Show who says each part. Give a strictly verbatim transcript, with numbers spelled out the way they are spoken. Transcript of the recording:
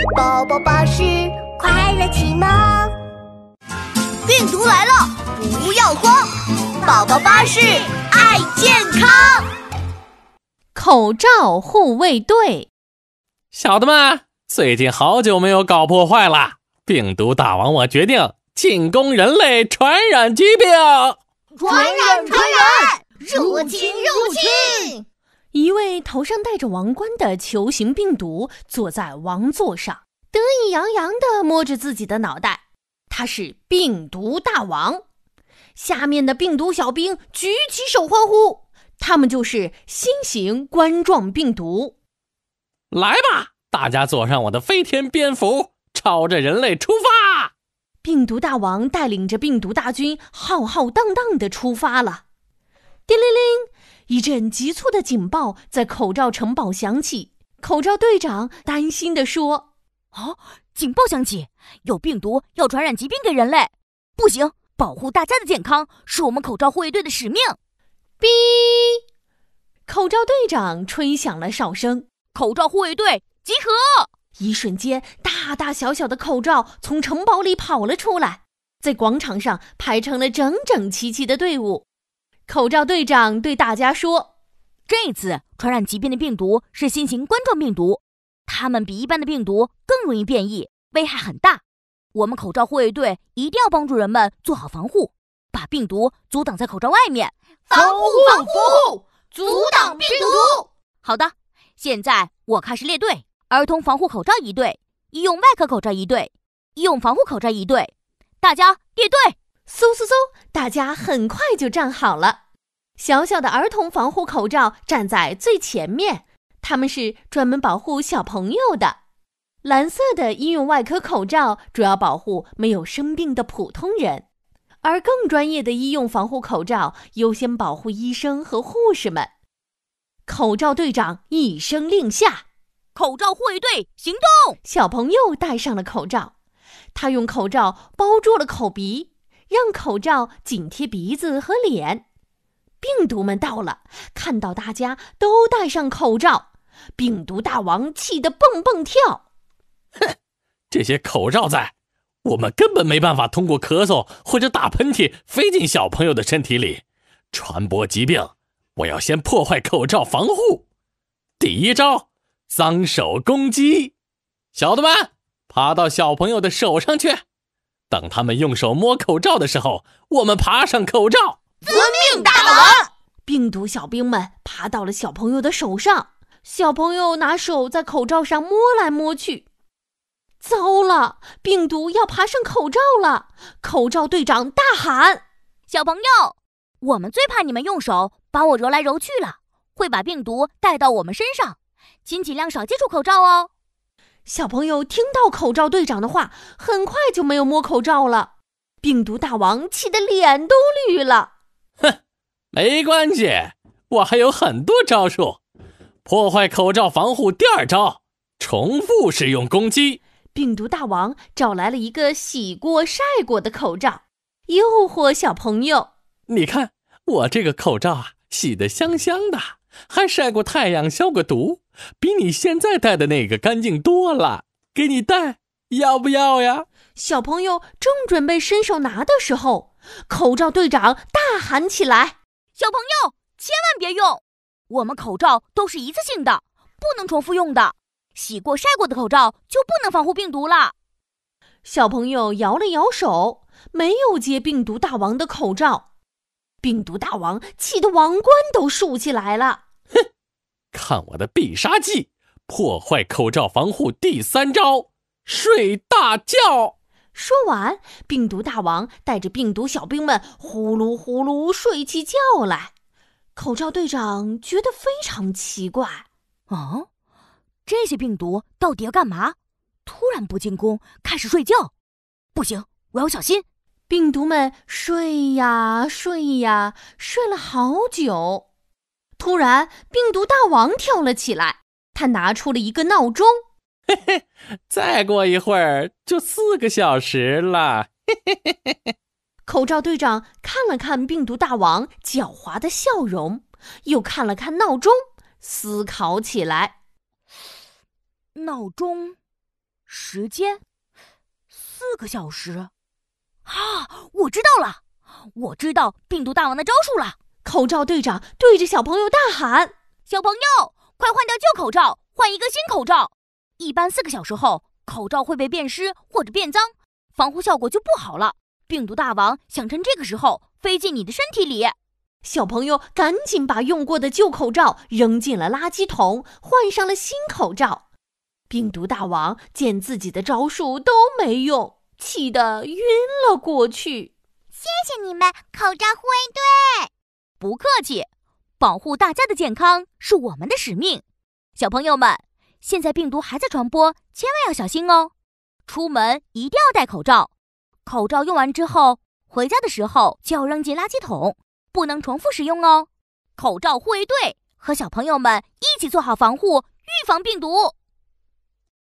Speaker 1: 宝宝巴士快乐启蒙。
Speaker 2: 病毒来了，不要慌，宝宝巴士爱健康。
Speaker 3: 口罩护卫队，
Speaker 4: 小的们，最近好久没有搞破坏了。病毒大王，我决定进攻人类传染疾病。
Speaker 1: 传染传染，入侵入侵。
Speaker 3: 一位头上戴着王冠的球形病毒坐在王座上，得意洋洋地摸着自己的脑袋。他是病毒大王。下面的病毒小兵举起手欢呼，他们就是新型冠状病毒。
Speaker 4: 来吧，大家坐上我的飞天蝙蝠，朝着人类出发。
Speaker 3: 病毒大王带领着病毒大军浩浩荡荡地出发了。叮铃铃，一阵急促的警报在口罩城堡响起。口罩队长担心地说：
Speaker 2: 哦，警报响起，有病毒要传染疾病给人类，不行，保护大家的健康是我们口罩护卫队的使命。
Speaker 3: 哔！口罩队长吹响了哨声，
Speaker 2: 口罩护卫队集合。
Speaker 3: 一瞬间，大大小小的口罩从城堡里跑了出来，在广场上排成了整整齐齐的队伍。口罩队长对大家说：
Speaker 2: 这次传染疾病的病毒是新型冠状病毒，它们比一般的病毒更容易变异，危害很大。我们口罩护卫队一定要帮助人们做好防护，把病毒阻挡在口罩外面。
Speaker 1: 防护防护，阻挡病毒。
Speaker 2: 好的，现在我开始列队：儿童防护口罩一队，医用外科口罩一队，医用防护口罩一队。大家列队！
Speaker 3: 嗖嗖嗖，大家很快就站好了。小小的儿童防护口罩站在最前面，他们是专门保护小朋友的。蓝色的医用外科口罩主要保护没有生病的普通人，而更专业的医用防护口罩优先保护医生和护士们。口罩队长一声令下，
Speaker 2: 口罩护卫队行动！
Speaker 3: 小朋友戴上了口罩，他用口罩包住了口鼻，让口罩紧贴鼻子和脸。病毒们到了，看到大家都戴上口罩，病毒大王气得蹦蹦跳。
Speaker 4: 哼，这些口罩在，我们根本没办法通过咳嗽或者打喷嚏飞进小朋友的身体里，传播疾病。我要先破坏口罩防护。第一招，脏手攻击。小的们，爬到小朋友的手上去，等他们用手摸口罩的时候，我们爬上口罩。
Speaker 1: 遵命，大王！
Speaker 3: 病毒小兵们爬到了小朋友的手上，小朋友拿手在口罩上摸来摸去。糟了，病毒要爬上口罩了！口罩队长大喊：
Speaker 2: 小朋友，我们最怕你们用手把我揉来揉去了，会把病毒带到我们身上，请尽量少接触口罩哦。
Speaker 3: 小朋友听到口罩队长的话，很快就没有摸口罩了。病毒大王气得脸都绿了。
Speaker 4: 哼，没关系，我还有很多招数。破坏口罩防护第二招，重复使用攻击。
Speaker 3: 病毒大王找来了一个洗过晒过的口罩，诱惑小朋友。
Speaker 4: 你看，我这个口罩啊，洗得香香的，还晒过太阳消过毒，比你现在戴的那个干净多了。给你戴，要不要呀？
Speaker 3: 小朋友正准备伸手拿的时候，口罩队长大喊起来：
Speaker 2: 小朋友，千万别用！我们口罩都是一次性的，不能重复用的。洗过晒过的口罩就不能防护病毒了。
Speaker 3: 小朋友摇了摇手，没有接病毒大王的口罩。病毒大王气得王冠都竖起来了。
Speaker 4: 哼，看我的必杀技，破坏口罩防护第三招，睡大觉。
Speaker 3: 说完，病毒大王带着病毒小兵们呼噜呼噜睡起觉来。口罩队长觉得非常奇怪，
Speaker 2: 哦，这些病毒到底要干嘛？突然不进攻，开始睡觉，不行，我要小心。
Speaker 3: 病毒们睡呀睡呀，睡了好久。突然，病毒大王跳了起来，他拿出了一个闹钟。
Speaker 4: 嘿嘿，再过一会儿就四个小时了。嘿嘿嘿嘿嘿。
Speaker 3: 口罩队长看了看病毒大王狡猾的笑容，又看了看闹钟，思考起来。
Speaker 2: 闹钟时间四个小时。啊，我知道了，我知道病毒大王的招数了。
Speaker 3: 口罩队长对着小朋友大喊：
Speaker 2: 小朋友，快换掉旧口罩，换一个新口罩。一般四个小时后，口罩会被变湿或者变脏，防护效果就不好了。病毒大王想趁这个时候飞进你的身体里。
Speaker 3: 小朋友赶紧把用过的旧口罩扔进了垃圾桶，换上了新口罩。病毒大王见自己的招数都没用，气得晕了过去。
Speaker 1: 谢谢你们，口罩护卫队。
Speaker 2: 不客气，保护大家的健康是我们的使命。小朋友们，现在病毒还在传播，千万要小心哦。出门一定要戴口罩，口罩用完之后，回家的时候就要扔进垃圾桶，不能重复使用哦。口罩护卫队和小朋友们一起做好防护，预防病毒。